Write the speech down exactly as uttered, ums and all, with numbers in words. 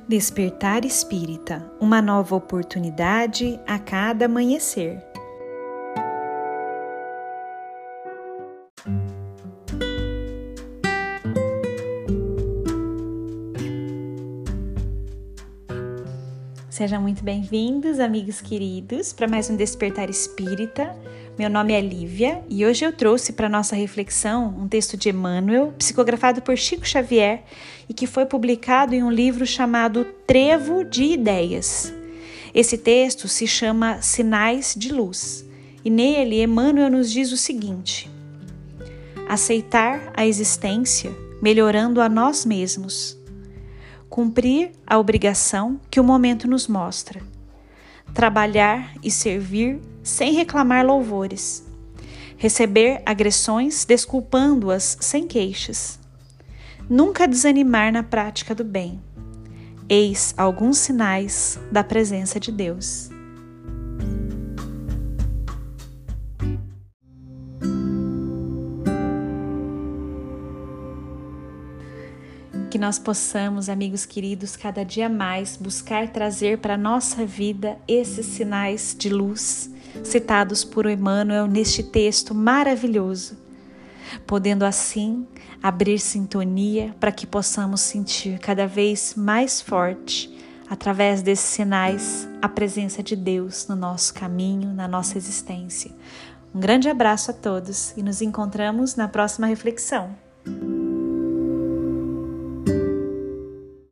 Despertar Espírita, uma nova oportunidade a cada amanhecer. Sejam muito bem-vindos, amigos queridos, para mais um Despertar Espírita. Meu nome é Lívia e hoje eu trouxe para nossa reflexão um texto de Emmanuel, psicografado por Chico Xavier e que foi publicado em um livro chamado Trevo de Ideias. Esse texto se chama Sinais de Luz e nele Emmanuel nos diz o seguinte: aceitar a existência melhorando a nós mesmos. Cumprir a obrigação que o momento nos mostra. Trabalhar e servir sem reclamar louvores. Receber agressões desculpando-as sem queixas. Nunca desanimar na prática do bem. Eis alguns sinais da presença de Deus. Que nós possamos, amigos queridos, cada dia mais buscar trazer para a nossa vida esses sinais de luz citados por Emmanuel neste texto maravilhoso, podendo assim abrir sintonia para que possamos sentir cada vez mais forte, através desses sinais, a presença de Deus no nosso caminho, na nossa existência. Um grande abraço a todos e nos encontramos na próxima reflexão.